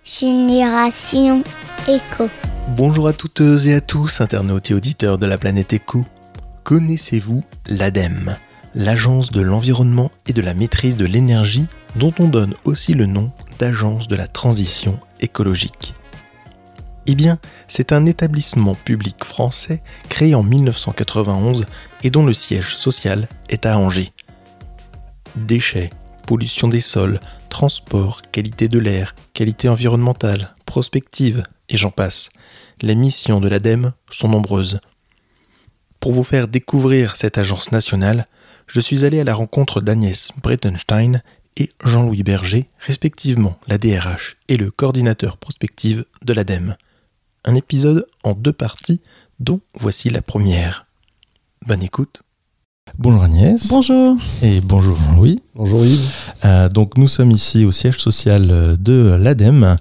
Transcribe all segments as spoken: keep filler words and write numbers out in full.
Génération Éco. Bonjour à toutes et à tous, internautes et auditeurs de la planète Éco. Connaissez-vous l'ADEME, l'Agence de l'environnement et de la maîtrise de l'énergie, dont on donne aussi le nom d'Agence de la transition écologique? Eh bien, c'est un établissement public français créé en dix-neuf cent quatre-vingt-onze et dont le siège social est à Angers. Déchets, pollution des sols, transport, qualité de l'air, qualité environnementale, prospective, et j'en passe. Les missions de l'ADEME sont nombreuses. Pour vous faire découvrir cette agence nationale, je suis allé à la rencontre d'Agnès Breitenstein et Jean-Louis Berger, respectivement la D R H et le coordinateur prospective de l'ADEME. Un épisode en deux parties, dont voici la première. Bonne écoute. Bonjour Agnès. Bonjour. Et bonjour Jean-Louis. Bonjour Yves. Euh, donc nous sommes ici au siège social de l'ADEME.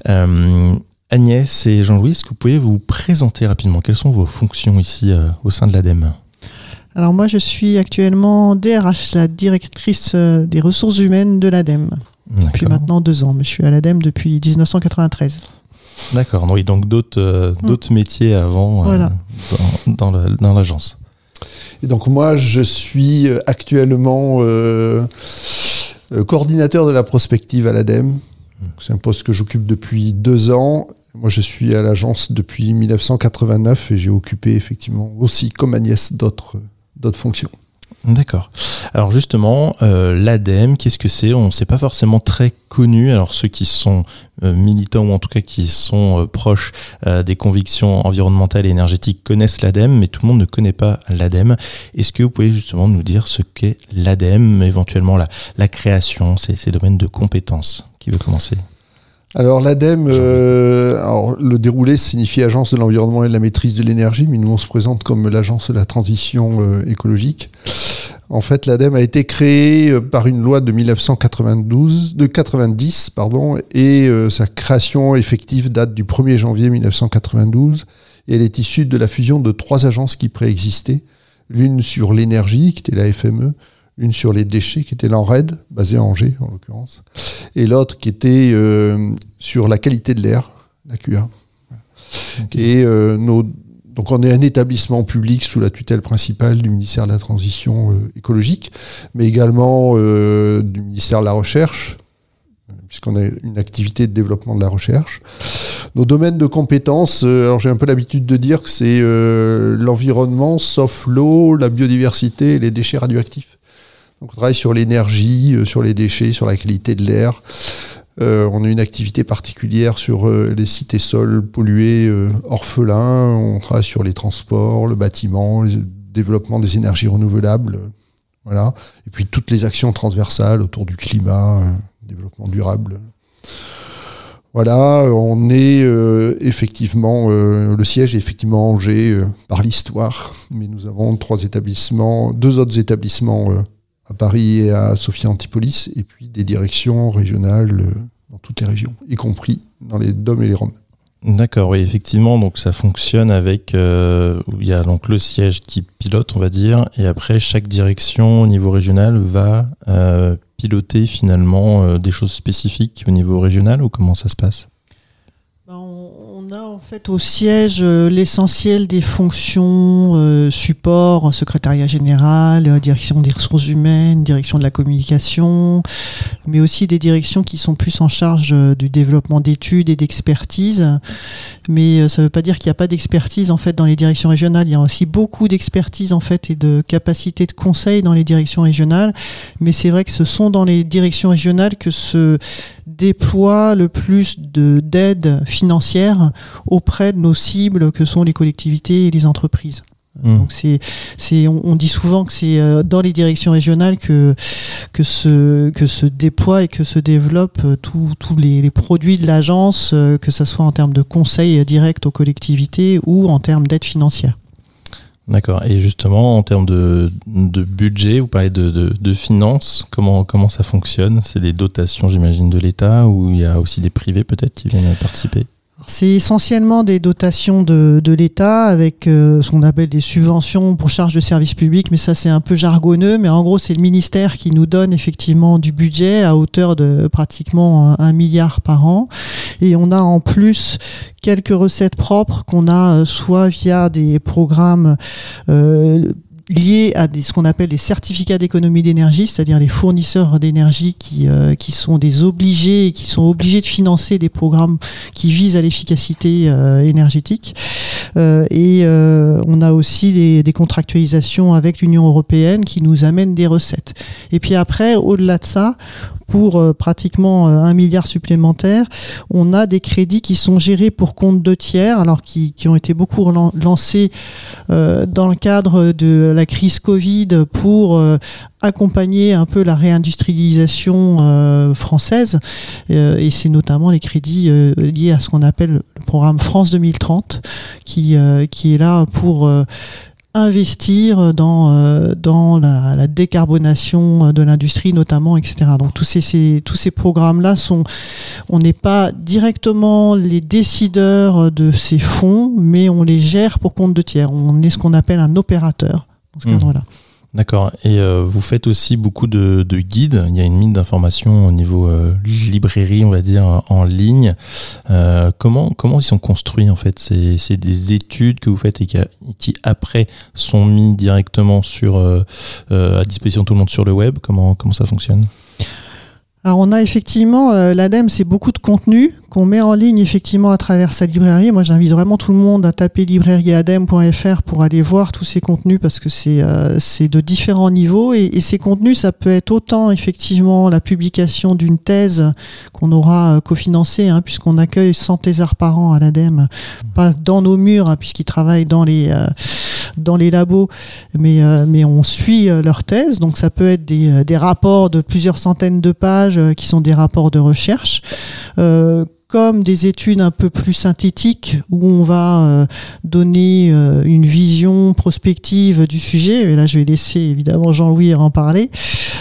Euh, Agnès et Jean-Louis, est-ce que vous pouvez vous présenter rapidement? Quelles sont vos fonctions ici euh, au sein de l'ADEME? Alors moi je suis actuellement D R H, la directrice des ressources humaines de l'ADEME. D'accord. Depuis maintenant deux ans, mais je suis à l'ADEME depuis dix-neuf cent quatre-vingt-treize. D'accord, oui, donc d'autres, euh, mmh. d'autres métiers avant euh, voilà. dans, dans, le, dans l'agence. Et donc moi, je suis actuellement euh, coordinateur de la prospective à l'ADEME. C'est un poste que j'occupe depuis deux ans. Moi, je suis à l'agence depuis dix-neuf cent quatre-vingt-neuf et j'ai occupé effectivement aussi, comme Agnès, d'autres, d'autres fonctions. D'accord. Alors justement, euh, l'ADEME, qu'est-ce que c'est? On ne sait pas forcément très connu. Alors ceux qui sont euh, militants ou en tout cas qui sont euh, proches euh, des convictions environnementales et énergétiques connaissent l'ADEME, mais tout le monde ne connaît pas l'ADEME. Est-ce que vous pouvez justement nous dire ce qu'est l'ADEME, éventuellement la, la création, ces, ces domaines de compétences? Qui veut commencer? Alors l'ADEME, euh, alors, le déroulé signifie Agence de l'environnement et de la maîtrise de l'énergie, mais nous on se présente comme l'Agence de la transition euh, écologique. En fait, l'ADEME a été créée par une loi de dix-neuf cent quatre-vingt-douze, de quatre-vingt-dix, pardon, et euh, sa création effective date du premier janvier dix-neuf cent quatre-vingt-douze, et elle est issue de la fusion de trois agences qui préexistaient, l'une sur l'énergie, qui était la F M E, une sur les déchets, qui était l'ANRED, basée à Angers en l'occurrence, et l'autre qui était euh, sur la qualité de l'air, la Q A. Okay. Et euh, nos, donc on est un établissement public sous la tutelle principale du ministère de la Transition euh, écologique, mais également euh, du ministère de la Recherche, puisqu'on a une activité de développement de la recherche. Nos domaines de compétences, euh, alors j'ai un peu l'habitude de dire que c'est euh, l'environnement, sauf l'eau, la biodiversité et les déchets radioactifs. Donc on travaille sur l'énergie, euh, sur les déchets, sur la qualité de l'air. Euh, on a une activité particulière sur euh, les sites et sols pollués, euh, orphelins. On travaille sur les transports, le bâtiment, le développement des énergies renouvelables. Euh, voilà. Et puis toutes les actions transversales autour du climat, euh, développement durable. Voilà, on est euh, effectivement, euh, le siège est effectivement Angers euh, par l'histoire, mais nous avons trois établissements, deux autres établissements euh, à Paris et à Sophia Antipolis, et puis des directions régionales euh, dans toutes les régions, y compris dans les D O M et les R O M. D'accord, oui, effectivement, donc ça fonctionne avec, euh, où il y a donc le siège qui pilote, on va dire, et après chaque direction au niveau régional va euh, piloter finalement euh, des choses spécifiques au niveau régional, ou comment ça se passe? Ben, on, on a en fait au siège euh, l'essentiel des fonctions euh, support, secrétariat général, euh, direction des ressources humaines, direction de la communication, mais aussi des directions qui sont plus en charge euh, du développement d'études et d'expertise. Mais euh, ça ne veut pas dire qu'il n'y a pas d'expertise en fait dans les directions régionales. Il y a aussi beaucoup d'expertise en fait et de capacité de conseil dans les directions régionales. Mais c'est vrai que ce sont dans les directions régionales que se déploie le plus de d'aide financière auprès de nos cibles que sont les collectivités et les entreprises. Mmh. Donc c'est, c'est, on, on dit souvent que c'est euh, dans les directions régionales que que se que se déploient et que se développent euh, tous tous les, les produits de l'agence, euh, que ce soit en termes de conseils directs aux collectivités ou en termes d'aide financière. D'accord. Et justement, en termes de, de budget, vous parlez de, de, de finances, comment, comment ça fonctionne? C'est des dotations, j'imagine, de l'État, ou il y a aussi des privés peut-être qui viennent participer? C'est essentiellement des dotations de, de l'État avec euh, ce qu'on appelle des subventions pour charges de services publics, mais ça c'est un peu jargonneux, mais en gros c'est le ministère qui nous donne effectivement du budget à hauteur de pratiquement un, un milliard par an, et on a en plus quelques recettes propres qu'on a euh, soit via des programmes euh, liés à des, ce qu'on appelle des certificats d'économie d'énergie, c'est-à-dire les fournisseurs d'énergie qui, euh, qui sont des obligés, qui sont obligés de financer des programmes qui visent à l'efficacité euh, énergétique. Euh, et euh, on a aussi des, des contractualisations avec l'Union européenne qui nous amènent des recettes. Et puis après, au-delà de ça, pour euh, pratiquement euh, un milliard supplémentaire, on a des crédits qui sont gérés pour compte de tiers, alors qui, qui ont été beaucoup relan- lancés euh, dans le cadre de la crise Covid pour euh, accompagner un peu la réindustrialisation euh, française, euh, et c'est notamment les crédits euh, liés à ce qu'on appelle le programme France deux mille trente, qui, euh, qui est là pour euh, investir dans euh, dans la, la décarbonation de l'industrie notamment, et cetera. Donc tous ces, ces tous ces programmes là sont, on n'est pas directement les décideurs de ces fonds, mais on les gère pour compte de tiers. On est ce qu'on appelle un opérateur dans ce cadre-là. Mmh. D'accord. Et euh, vous faites aussi beaucoup de, de guides. Il y a une mine d'informations au niveau euh, librairie, on va dire, en ligne. Euh, comment comment ils sont construits en fait? C'est c'est des études que vous faites et qui, qui après sont mis directement sur euh, euh, à disposition de tout le monde sur le web. Comment comment ça fonctionne? Alors on a effectivement, euh, l'ADEME, c'est beaucoup de contenu qu'on met en ligne effectivement à travers sa librairie. Moi j'invite vraiment tout le monde à taper librairie adem point f r pour aller voir tous ces contenus, parce que c'est euh, c'est de différents niveaux, et, et ces contenus, ça peut être autant effectivement la publication d'une thèse qu'on aura euh, cofinancée, hein, puisqu'on accueille cent thésards par an à l'ADEME, pas dans nos murs, hein, puisqu'ils travaillent dans les... Euh, dans les labos, mais euh, mais on suit euh, leur thèse. Donc ça peut être des euh, des rapports de plusieurs centaines de pages euh, qui sont des rapports de recherche, euh, comme des études un peu plus synthétiques où on va euh, donner euh, une vision prospective du sujet. Et là, je vais laisser évidemment Jean-Louis en parler.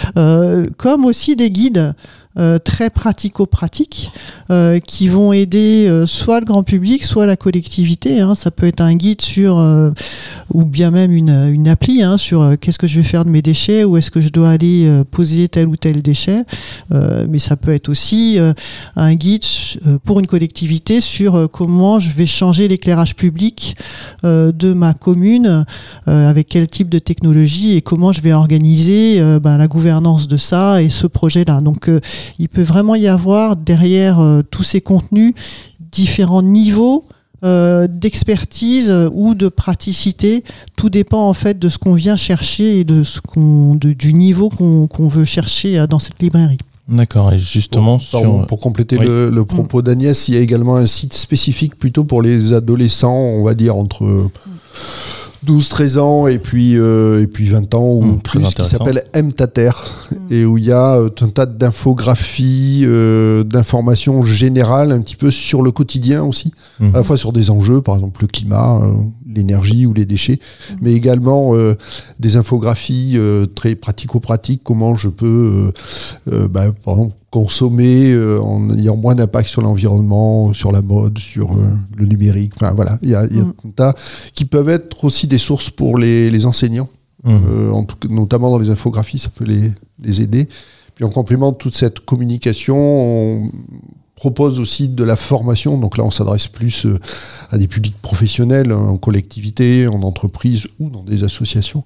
Euh, comme aussi des guides Euh, très pratico-pratiques euh, qui vont aider euh, soit le grand public, soit la collectivité, hein. Ça peut être un guide sur, euh, ou bien même une, une appli, hein, sur euh, qu'est-ce que je vais faire de mes déchets, où est-ce que je dois aller euh, poser tel ou tel déchet. Euh, mais ça peut être aussi euh, un guide euh, pour une collectivité sur euh, comment je vais changer l'éclairage public euh, de ma commune, euh, avec quel type de technologie, et comment je vais organiser euh, ben, la gouvernance de ça et ce projet-là. Donc euh, il peut vraiment y avoir derrière euh, tous ces contenus différents niveaux euh, d'expertise euh, ou de praticité. Tout dépend en fait de ce qu'on vient chercher et de ce qu'on, de, du niveau qu'on, qu'on veut chercher euh, dans cette librairie. D'accord, et justement, pour, pardon, sur... pour compléter oui. le, le propos d'Agnès, il y a également un site spécifique plutôt pour les adolescents, on va dire entre douze treize ans et puis, euh, et puis vingt ans ou mmh, plus, qui s'appelle M-Tater, mmh. et où il y a euh, un tas d'infographies, euh, d'informations générales un petit peu sur le quotidien aussi, mmh. à la fois sur des enjeux, par exemple le climat, euh, l'énergie ou les déchets, mmh. mais également euh, des infographies euh, très pratico-pratiques, comment je peux, euh, euh, bah, par exemple, consommer euh, en ayant moins d'impact sur l'environnement, sur la mode, sur euh, le numérique. Enfin voilà, il y a, y a mmh. un tas qui peuvent être aussi des sources pour les, les enseignants, mmh. euh, en tout, notamment dans les infographies, ça peut les, les aider. Puis en complément de toute cette communication, on propose aussi de la formation. Donc là, on s'adresse plus euh, à des publics professionnels, hein, en collectivité, en entreprise ou dans des associations.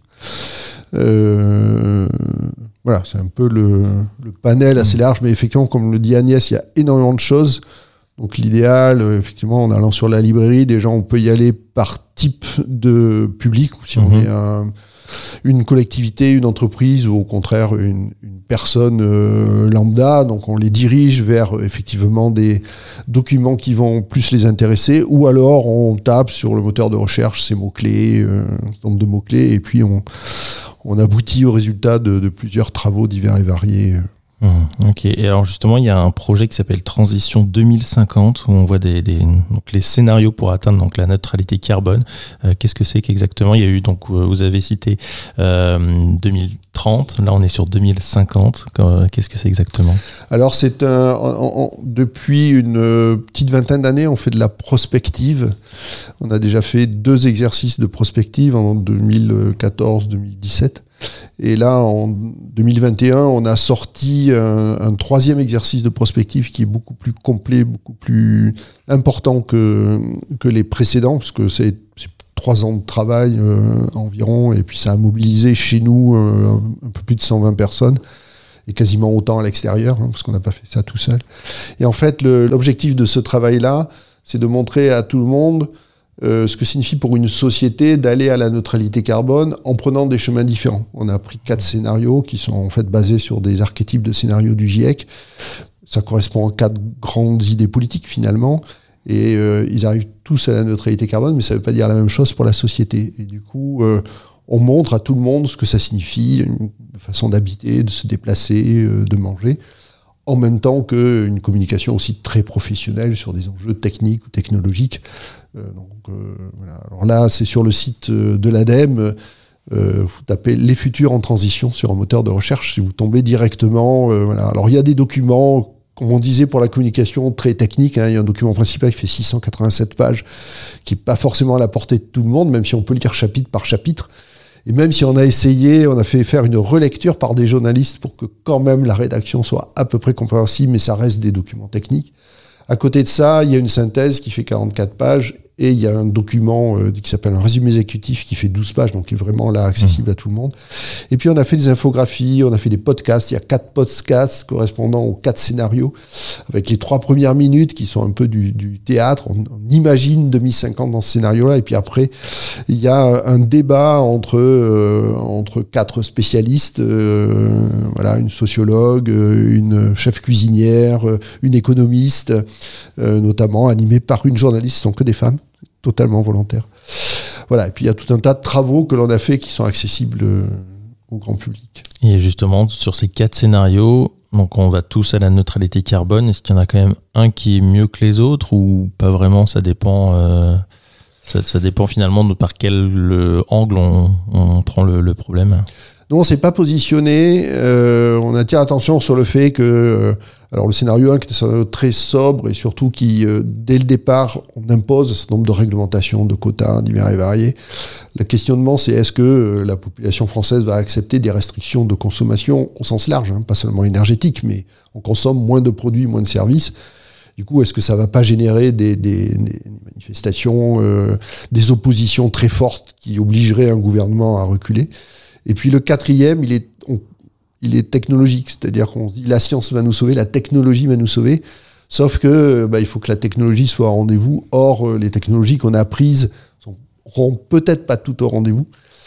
Euh, voilà, c'est un peu le, le panel assez large, mais effectivement, comme le dit Agnès, il y a énormément de choses. Donc l'idéal, effectivement, en allant sur la librairie, déjà on peut y aller par type de public, ou si mmh. on est un, une collectivité, une entreprise, ou au contraire une, une personne euh, lambda, donc on les dirige vers effectivement des documents qui vont plus les intéresser, ou alors on tape sur le moteur de recherche ces mots-clés, euh, un nombre de mots-clés, et puis on, on aboutit au résultat de, de plusieurs travaux divers et variés. Mmh, ok. Et alors justement, il y a un projet qui s'appelle Transition deux mille cinquante où on voit des, des donc les scénarios pour atteindre donc la neutralité carbone. Euh, qu'est-ce que c'est qu'exactement ? Il y a eu donc vous avez cité euh, deux mille trente. Là, on est sur deux mille cinquante. Qu'est-ce que c'est exactement ? Alors c'est un on, on, depuis une petite vingtaine d'années, on fait de la prospective. On a déjà fait deux exercices de prospective en deux mille quatorze deux mille dix-sept. Et là, en deux mille vingt et un, on a sorti un, un troisième exercice de prospective qui est beaucoup plus complet, beaucoup plus important que, que les précédents, parce que c'est, c'est trois ans de travail euh, environ, et puis ça a mobilisé chez nous euh, un peu plus de cent vingt personnes, et quasiment autant à l'extérieur, hein, parce qu'on n'a pas fait ça tout seul. Et en fait, le, l'objectif de ce travail-là, c'est de montrer à tout le monde Euh, ce que signifie pour une société d'aller à la neutralité carbone en prenant des chemins différents. On a pris quatre scénarios qui sont en fait basés sur des archétypes de scénarios du GIEC. Ça correspond à quatre grandes idées politiques finalement. Et euh, ils arrivent tous à la neutralité carbone, mais ça ne veut pas dire la même chose pour la société. Et du coup, euh, on montre à tout le monde ce que ça signifie, une façon d'habiter, de se déplacer, euh, de manger, en même temps qu'une communication aussi très professionnelle sur des enjeux techniques ou technologiques. Euh, donc, euh, voilà. Alors là, c'est sur le site de l'ADEME. Euh, vous tapez les futurs en transition sur un moteur de recherche. Si vous tombez directement, euh, voilà. Alors il y a des documents, comme on disait pour la communication, très techniques. Hein. Il y a un document principal qui fait six cent quatre-vingt-sept pages, qui n'est pas forcément à la portée de tout le monde, même si on peut le lire chapitre par chapitre. Et même si on a essayé, on a fait faire une relecture par des journalistes pour que quand même la rédaction soit à peu près compréhensible, mais ça reste des documents techniques. À côté de ça, il y a une synthèse qui fait quarante-quatre pages et il y a un document euh, qui s'appelle un résumé exécutif qui fait douze pages, donc qui est vraiment là accessible mmh. à tout le monde. Et puis on a fait des infographies, on a fait des podcasts. Il y a quatre podcasts correspondant aux quatre scénarios, avec les trois premières minutes qui sont un peu du, du théâtre. On, on imagine deux mille cinquante dans ce scénario-là. Et puis après, il y a un débat entre, euh, entre quatre spécialistes, euh, voilà, une sociologue, une chef cuisinière, une économiste, euh, notamment animée par une journaliste, ce sont que des femmes, totalement volontaires. Voilà, et puis il y a tout un tas de travaux que l'on a fait qui sont accessibles euh, au grand public. Et justement, sur ces quatre scénarios, donc on va tous à la neutralité carbone, est-ce qu'il y en a quand même un qui est mieux que les autres ou pas vraiment, ça dépend euh, ça, ça dépend finalement de par quel le, angle on, on prend le, le problème? Nous, on ne s'est pas positionné. Euh, on attire attention sur le fait que, euh, alors le scénario un, qui est un scénario très sobre et surtout qui, euh, dès le départ, on impose un certain nombre de réglementations, de quotas divers et variés. Le questionnement, c'est est-ce que euh, la population française va accepter des restrictions de consommation au sens large, hein, pas seulement énergétique, mais on consomme moins de produits, moins de services. Du coup, est-ce que ça ne va pas générer des, des, des manifestations, euh, des oppositions très fortes qui obligeraient un gouvernement à reculer ? Et puis le quatrième, il est, on, il est technologique, c'est-à-dire qu'on se dit la science va nous sauver, la technologie va nous sauver, sauf que bah, il faut que la technologie soit au rendez-vous. Or, les technologies qu'on a apprises ne seront peut-être pas toutes au rendez-vous,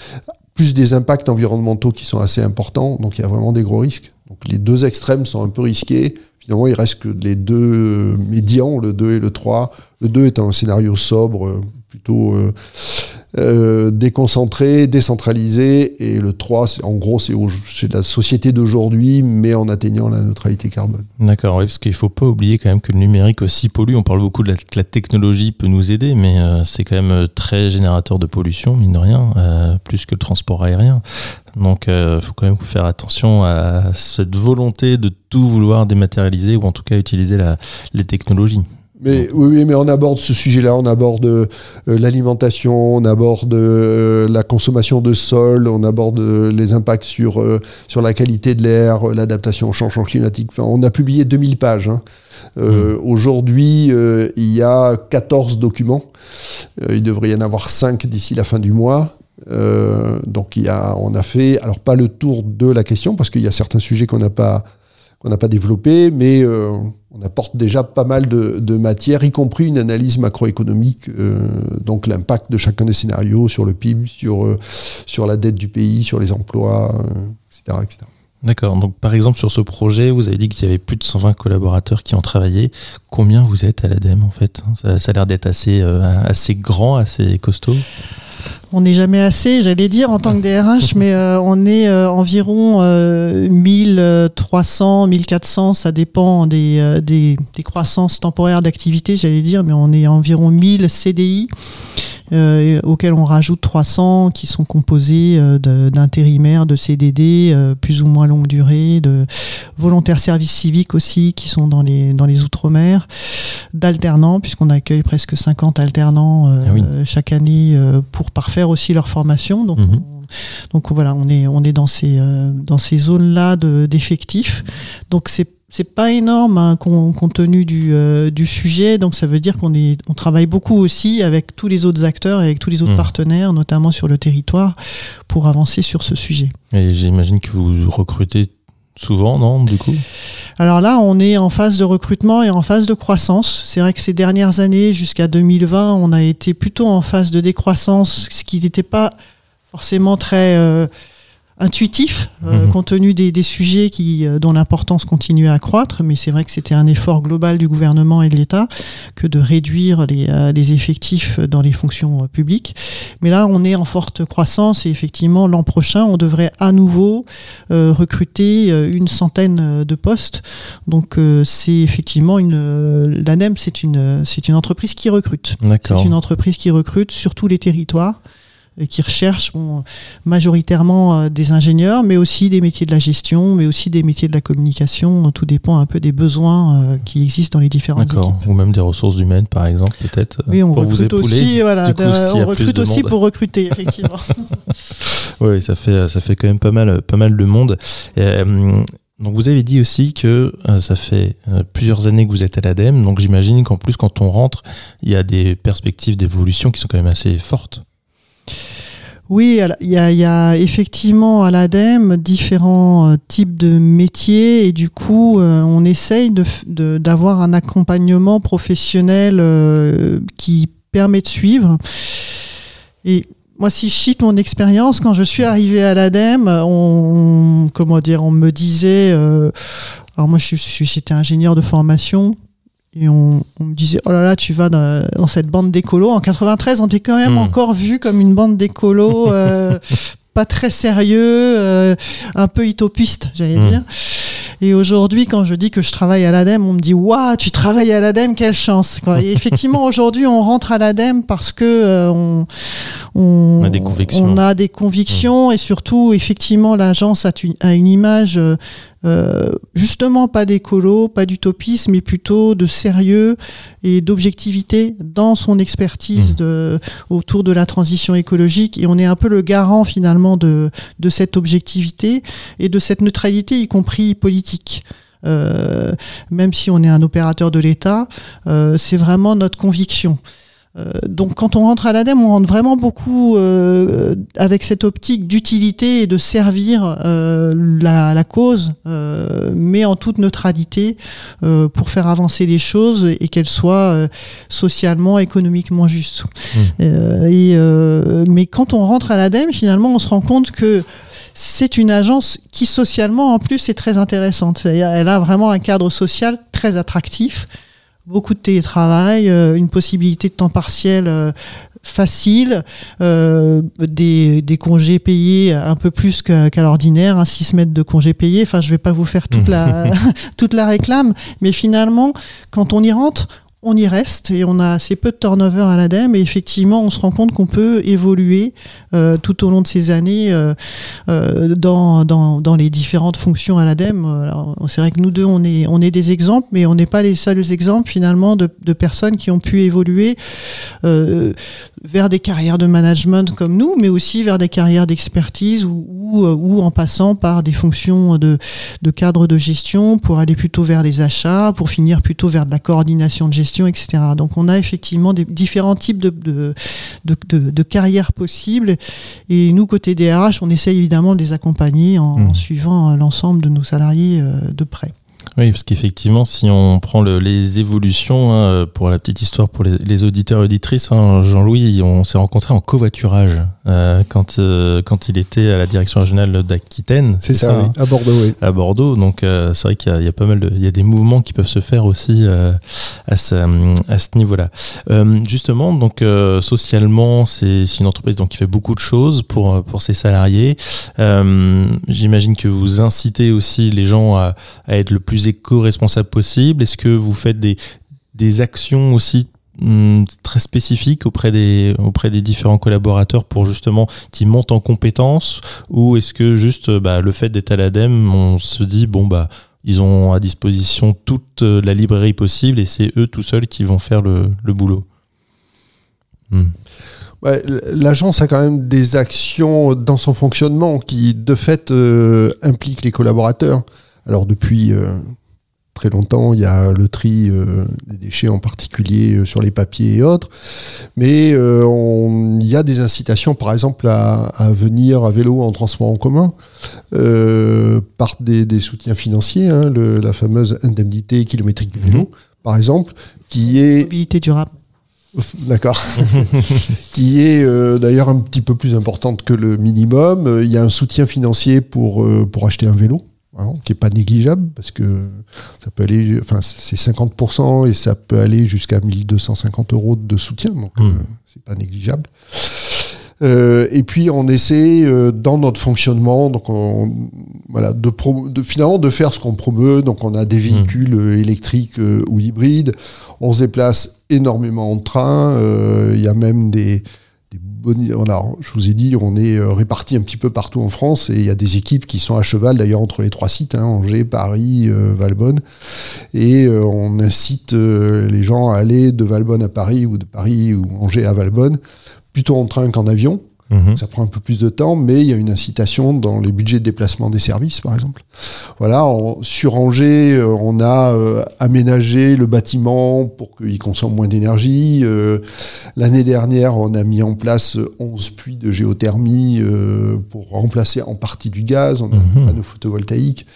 plus des impacts environnementaux qui sont assez importants, donc il y a vraiment des gros risques. Donc les deux extrêmes sont un peu risqués. Finalement, il reste que les deux médians, le deux et le trois. Le deux est un scénario sobre, plutôt euh, euh, déconcentré, décentralisé. Et le trois, c'est, en gros, c'est, au, c'est la société d'aujourd'hui, mais en atteignant la neutralité carbone. D'accord, oui, parce qu'il ne faut pas oublier quand même que le numérique aussi pollue. On parle beaucoup de la, que la technologie peut nous aider, mais euh, c'est quand même très générateur de pollution, mine de rien, euh, plus que le transport aérien. Donc, il euh, faut quand même faire attention à cette volonté de tout vouloir dématérialiser ou en tout cas utiliser la, les technologies. Mais, oui, oui, mais on aborde ce sujet-là, on aborde euh, l'alimentation, on aborde euh, la consommation de sol, on aborde euh, les impacts sur, euh, sur la qualité de l'air, euh, l'adaptation au changement climatique. Enfin, on a publié deux mille pages. Hein. Euh, mmh. Aujourd'hui, euh, il y a quatorze documents. Euh, il devrait y en avoir cinq d'ici la fin du mois. Euh, donc il y a, on a fait, alors pas le tour de la question parce qu'il y a certains sujets qu'on n'a pas qu'on n'a pas développés, mais euh, on apporte déjà pas mal de, de matière, y compris une analyse macroéconomique, euh, donc l'impact de chacun des scénarios sur le P I B, sur euh, sur la dette du pays, sur les emplois, euh, et cetera, et cetera. D'accord. Donc par exemple sur ce projet, vous avez dit qu'il y avait plus de cent vingt collaborateurs qui ont travaillé. Combien vous êtes à l'ADEME en fait ? Ça, ça a l'air d'être assez euh, assez grand, assez costaud. On n'est jamais assez, j'allais dire, en tant que D R H, mais euh, on est euh, environ euh, mille trois cents, mille quatre cents, ça dépend des, euh, des, des croissances temporaires d'activité, j'allais dire, mais on est environ mille C D I, euh, auxquels on rajoute trois cents qui sont composés euh, de, d'intérimaires, de C D D, euh, plus ou moins longue durée, de volontaires service civique aussi, qui sont dans les, dans les Outre-mer, d'alternants, puisqu'on accueille presque cinquante alternants euh, ah oui. chaque année euh, pour parfaire aussi leur formation. Donc, mmh. on, donc voilà, on est, on est dans ces, euh, dans ces zones-là de, d'effectifs. Donc c'est C'est pas énorme hein, compte tenu du, euh, du sujet, donc ça veut dire qu'on est, on travaille beaucoup aussi avec tous les autres acteurs et avec tous les autres mmh. partenaires, notamment sur le territoire, pour avancer sur ce sujet. Et j'imagine que vous recrutez souvent, non, du coup ? Alors là, on est en phase de recrutement et en phase de croissance. C'est vrai que ces dernières années, jusqu'à deux mille vingt, on a été plutôt en phase de décroissance, ce qui n'était pas forcément très... Euh, intuitif, euh, mmh. compte tenu des, des sujets qui, euh, dont l'importance continuait à croître, mais c'est vrai que c'était un effort global du gouvernement et de l'État que de réduire les, euh, les effectifs dans les fonctions euh, publiques. Mais là, on est en forte croissance et effectivement, l'an prochain, on devrait à nouveau euh, recruter euh, une centaine de postes. Donc, euh, c'est effectivement une... Euh, l'ADEME, c'est une, c'est une entreprise qui recrute. D'accord. C'est une entreprise qui recrute sur tous les territoires, et qui recherchent bon, majoritairement euh, des ingénieurs, mais aussi des métiers de la gestion, mais aussi des métiers de la communication. Tout dépend un peu des besoins euh, qui existent dans les différentes D'accord. équipes. Ou même des ressources humaines, par exemple, peut-être. Oui, on pour recrute vous épauler, aussi, voilà, coup, on recrute aussi pour recruter, effectivement. Oui, ça fait, ça fait quand même pas mal, pas mal de monde. Euh, donc vous avez dit aussi que euh, ça fait euh, plusieurs années que vous êtes à l'ADEME, donc j'imagine qu'en plus, quand on rentre, il y a des perspectives d'évolution qui sont quand même assez fortes. Oui, il y a, il y a effectivement à l'ADEME différents euh, types de métiers et du coup, euh, on essaye de, de, d'avoir un accompagnement professionnel euh, qui permet de suivre. Et moi, si je cite mon expérience, quand je suis arrivée à l'ADEME, on, on comment dire, on me disait, euh, alors moi, je suis, j'étais ingénieur de formation. Et on, on me disait, oh là là, tu vas dans, dans cette bande d'écolos. En quatre-vingt-treize, on était quand même mmh. encore vu comme une bande d'écolos, euh, pas très sérieux, euh, un peu utopiste, j'allais mmh. dire. Et aujourd'hui, quand je dis que je travaille à l'ADEME, on me dit, waouh, tu travailles à l'ADEME, quelle chance, quoi. Et effectivement, aujourd'hui, on rentre à l'ADEME parce que euh, on, on, on a des convictions, on a des convictions mmh. et surtout, effectivement, l'agence a une, a une image. Euh, Euh, justement pas d'écolo, pas d'utopisme, mais plutôt de sérieux et d'objectivité dans son expertise mmh. de, autour de la transition écologique. Et on est un peu le garant finalement de, de cette objectivité et de cette neutralité, y compris politique. Euh, même si on est un opérateur de l'État, euh, c'est vraiment notre conviction. Euh, donc quand on rentre à l'ADEME, on rentre vraiment beaucoup euh, avec cette optique d'utilité et de servir euh, la, la cause, euh, mais en toute neutralité euh, pour faire avancer les choses et qu'elles soient euh, socialement, économiquement justes. Mmh. Euh, et, euh, mais quand on rentre à l'ADEME, finalement, on se rend compte que c'est une agence qui socialement en plus est très intéressante. C'est-à-dire, elle a vraiment un cadre social très attractif. Beaucoup de télétravail, euh, une possibilité de temps partiel euh, facile, euh, des, des congés payés un peu plus qu'à, qu'à l'ordinaire, hein, six semaines de congés payés. Enfin, je vais pas vous faire toute la toute la réclame, mais finalement, quand on y rentre, on y reste et on a assez peu de turnover à l'ADEME et effectivement on se rend compte qu'on peut évoluer euh, tout au long de ces années euh, euh, dans, dans, dans les différentes fonctions à l'ADEME. Alors, c'est vrai que nous deux on est, on est des exemples, mais on n'est pas les seuls exemples finalement de, de personnes qui ont pu évoluer euh, vers des carrières de management comme nous, mais aussi vers des carrières d'expertise ou, ou, ou en passant par des fonctions de, de cadre de gestion pour aller plutôt vers les achats, pour finir plutôt vers de la coordination de gestion, et cetera. Donc on a effectivement des différents types de, de, de, de, de carrières possibles et nous, côté D R H, on essaye évidemment de les accompagner en, mmh. en suivant l'ensemble de nos salariés de près. Oui, parce qu'effectivement, si on prend le, les évolutions, hein, pour la petite histoire, pour les, les auditeurs et auditrices, hein, Jean-Louis, on s'est rencontrés en covoiturage euh, quand, euh, quand il était à la direction régionale d'Aquitaine. C'est, c'est ça, ça, oui, hein, à Bordeaux, oui. À Bordeaux, donc euh, c'est vrai qu'il y a, il y a pas mal de, il y a des mouvements qui peuvent se faire aussi euh, à, ce, à ce niveau-là. Euh, justement, donc euh, socialement, c'est, c'est une entreprise donc qui fait beaucoup de choses pour pour ses salariés. Euh, j'imagine que vous incitez aussi les gens à, à être le plus éco-responsable possible. Est-ce que vous faites des, des actions aussi hum, très spécifiques auprès des, auprès des différents collaborateurs pour justement qu'ils montent en compétences, ou est-ce que juste bah, le fait d'être à l'ADEME, on se dit bon bah ils ont à disposition toute la librairie possible et c'est eux tout seuls qui vont faire le, le boulot? hum. Ouais, l'agence a quand même des actions dans son fonctionnement qui, de fait, euh, impliquent les collaborateurs. Alors, depuis euh, très longtemps, il y a le tri euh, des déchets, en particulier euh, sur les papiers et autres. Mais euh, on, il y a des incitations, par exemple, à, à venir à vélo en transport en commun euh, par des, des soutiens financiers, hein, le, la fameuse indemnité kilométrique du vélo, mmh. par exemple, qui est... Mobilité durable. D'accord. Qui est euh, d'ailleurs un petit peu plus importante que le minimum. Il y a un soutien financier pour, euh, pour acheter un vélo, hein, qui n'est pas négligeable, parce que ça peut aller, enfin, c'est cinquante pour cent et ça peut aller jusqu'à mille deux cent cinquante euros de soutien, donc mmh. euh, c'est pas négligeable. Euh, et puis on essaie euh, dans notre fonctionnement, donc on, voilà, de, pro, de finalement de faire ce qu'on promeut. Donc on a des véhicules mmh. électriques euh, ou hybrides. On se déplace énormément en train. Il euh, y a même des, des bonnes. Voilà, je vous ai dit, on est répartis un petit peu partout en France et il y a des équipes qui sont à cheval d'ailleurs entre les trois sites, hein, Angers, Paris, euh, Valbonne. Et euh, on incite euh, les gens à aller de Valbonne à Paris ou de Paris ou Angers à Valbonne, plutôt en train qu'en avion. Mmh. Ça prend un peu plus de temps, mais il y a une incitation dans les budgets de déplacement des services, par exemple. Voilà, on, sur Angers, euh, on a euh, aménagé le bâtiment pour qu'il consomme moins d'énergie. Euh, l'année dernière, on a mis en place onze puits de géothermie euh, pour remplacer en partie du gaz. On a mmh. un panneau photovoltaïque.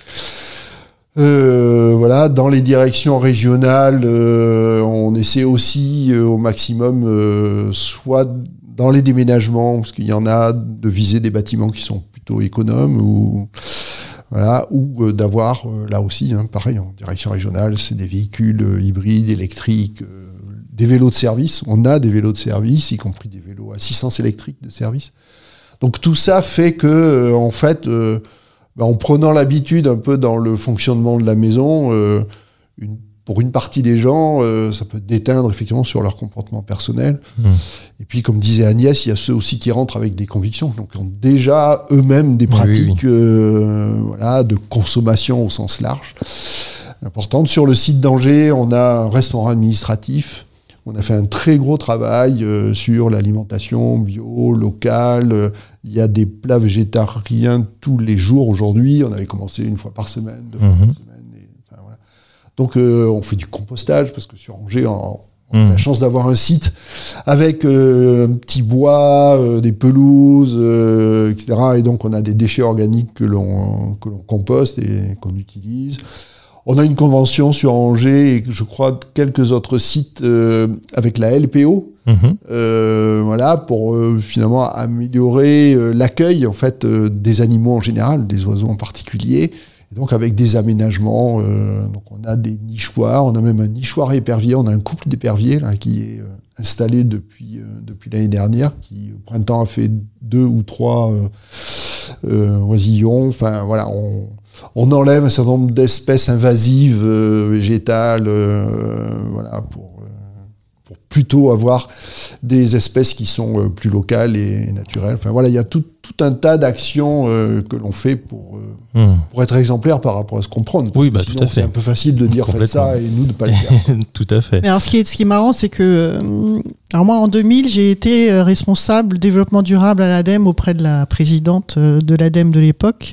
Euh, voilà, dans les directions régionales, euh, on essaie aussi euh, au maximum, euh, soit dans les déménagements, parce qu'il y en a, de viser des bâtiments qui sont plutôt économes, ou voilà, ou euh, d'avoir euh, là aussi, hein, pareil, en direction régionale, c'est des véhicules euh, hybrides, électriques, euh, des vélos de service. On a des vélos de service, y compris des vélos à assistance électrique de service. Donc tout ça fait que, euh, en fait. Euh, En prenant l'habitude un peu dans le fonctionnement de la maison, euh, une, pour une partie des gens, euh, ça peut déteindre effectivement sur leur comportement personnel. Mmh. Et puis, comme disait Agnès, il y a ceux aussi qui rentrent avec des convictions, donc qui ont déjà eux-mêmes des pratiques oui, oui. Euh, voilà, de consommation au sens large importantes. Sur le site d'Angers, on a un restaurant administratif. On a fait un très gros travail euh, sur l'alimentation bio, locale. Euh, il y a des plats végétariens tous les jours aujourd'hui. On avait commencé une fois par semaine, deux fois mmh. par semaine. Et, enfin, voilà. Donc euh, on fait du compostage parce que sur Angers, on, on mmh. a la chance d'avoir un site avec euh, un petit bois, euh, des pelouses, euh, et cetera. Et donc on a des déchets organiques que l'on, que l'on composte et qu'on utilise. On a une convention sur Angers et je crois quelques autres sites euh, avec la L P O, mmh. euh, voilà, pour euh, finalement améliorer euh, l'accueil en fait euh, des animaux en général, des oiseaux en particulier. Et donc avec des aménagements, euh, donc on a des nichoirs, on a même un nichoir épervier, on a un couple d'éperviers là qui est euh, installé depuis euh, depuis l'année dernière, qui au printemps a fait deux ou trois euh, euh, oisillons. Enfin voilà, on On enlève un certain nombre d'espèces invasives euh, végétales, euh, voilà, pour, euh, pour plutôt avoir des espèces qui sont euh, plus locales et, et naturelles. Enfin voilà, il y a tout, tout un tas d'actions euh, que l'on fait pour, euh, mmh. pour être exemplaire par rapport à ce qu'on prône. Oui, bah, tout à fait. C'est un peu facile de dire faites ça et nous de ne pas le faire. Tout à fait. Mais alors ce qui est, ce qui est marrant, c'est que euh, alors moi en deux mille, j'ai été euh, responsable développement durable à l'ADEME auprès de la présidente euh, de l'ADEME de l'époque.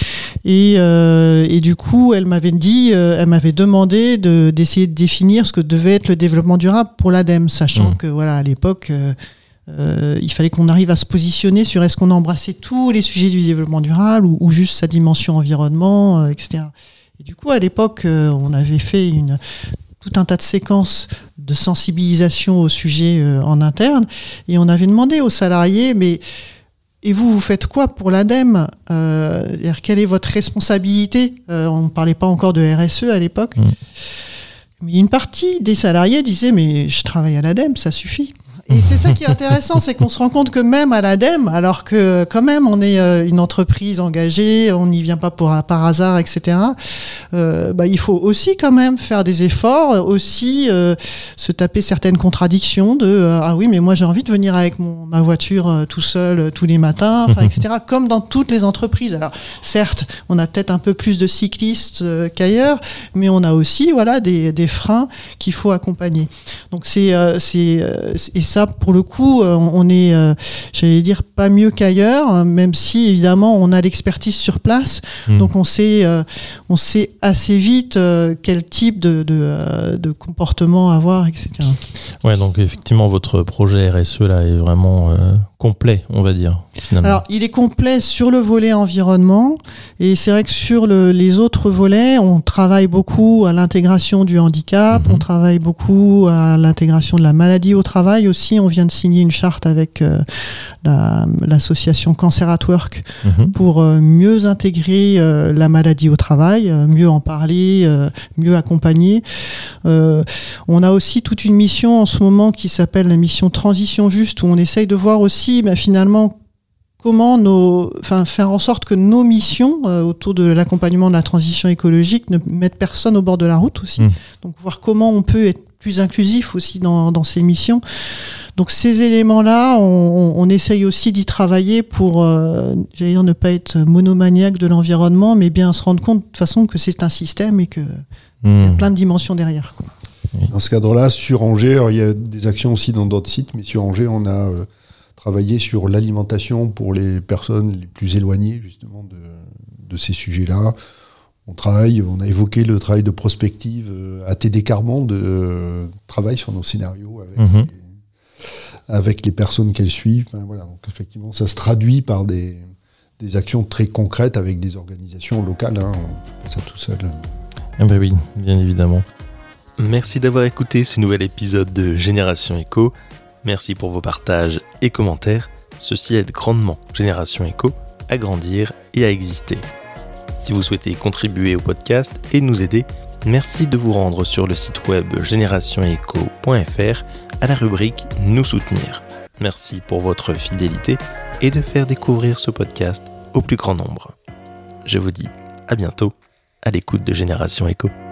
Et, euh, et du coup, elle m'avait dit, euh, elle m'avait demandé de, d'essayer de définir ce que devait être le développement durable pour l'ADEME, sachant mmh. que voilà, à l'époque, euh, euh, il fallait qu'on arrive à se positionner sur est-ce qu'on embrassait tous les sujets du développement durable ou, ou juste sa dimension environnement, euh, et cetera. Et du coup, à l'époque, euh, on avait fait une, tout un tas de séquences de sensibilisation au sujet euh, en interne, et on avait demandé aux salariés, mais et vous, vous faites quoi pour l'ADEME euh, Quelle est votre responsabilité euh, On ne parlait pas encore de R S E à l'époque. Mmh. Mais une partie des salariés disaient, mais je travaille à l'ADEME, ça suffit. Et c'est ça qui est intéressant, c'est qu'on se rend compte que même à l'ADEME, alors que quand même on est euh, une entreprise engagée, on n'y vient pas pour, par hasard, et cetera, euh, bah, il faut aussi quand même faire des efforts, aussi euh, se taper certaines contradictions de euh, ah oui, mais moi j'ai envie de venir avec mon, ma voiture euh, tout seul euh, tous les matins, enfin, et cetera, comme dans toutes les entreprises. Alors certes, on a peut-être un peu plus de cyclistes euh, qu'ailleurs, mais on a aussi voilà, des, des freins qu'il faut accompagner. Donc c'est, euh, c'est, euh, et ça, pour le coup, on est, euh, j'allais dire, pas mieux qu'ailleurs, même si évidemment on a l'expertise sur place. Mmh. Donc on sait, euh, on sait assez vite euh, quel type de, de, euh, de comportement avoir, et cetera. Ouais, donc effectivement, votre projet R S E là est vraiment euh, complet, on va dire. Finalement. Alors, il est complet sur le volet environnement, et c'est vrai que sur le, les autres volets, on travaille beaucoup à l'intégration du handicap, mmh. on travaille beaucoup à l'intégration de la maladie au travail aussi. On vient de signer une charte avec euh, la, l'association Cancer at Work mmh. pour euh, mieux intégrer euh, la maladie au travail, euh, mieux en parler, euh, mieux accompagner. Euh, on a aussi toute une mission en ce moment qui s'appelle la mission Transition Juste, où on essaye de voir aussi bah, finalement comment nos, enfin, faire en sorte que nos missions euh, autour de l'accompagnement de la transition écologique ne mettent personne au bord de la route aussi. Mmh. Donc voir comment on peut être plus inclusif aussi dans, dans ces missions. Donc ces éléments-là, on, on essaye aussi d'y travailler pour, euh, j'allais dire, ne pas être monomaniaque de l'environnement, mais bien se rendre compte de toute façon que c'est un système et qu'il mmh. y a plein de dimensions derrière, quoi. Dans ce cadre-là, sur Angers, alors, il y a des actions aussi dans d'autres sites, mais sur Angers, on a euh, travaillé sur l'alimentation pour les personnes les plus éloignées justement de, de ces sujets-là. On travaille, on a évoqué le travail de prospective. Euh, A T D Carmonde euh, travaille sur nos scénarios avec, mmh. les, avec les personnes qu'elle suit. Enfin, voilà, donc effectivement, ça se traduit par des, des actions très concrètes avec des organisations locales. Hein, on fait ça tout seul. Ah ben oui, bien évidemment. Merci d'avoir écouté ce nouvel épisode de Génération Éco. Merci pour vos partages et commentaires. Ceci aide grandement Génération Éco à grandir et à exister. Si vous souhaitez contribuer au podcast et nous aider, merci de vous rendre sur le site web génération éco point f r à la rubrique « Nous soutenir ». Merci pour votre fidélité et de faire découvrir ce podcast au plus grand nombre. Je vous dis à bientôt à l'écoute de Génération Éco.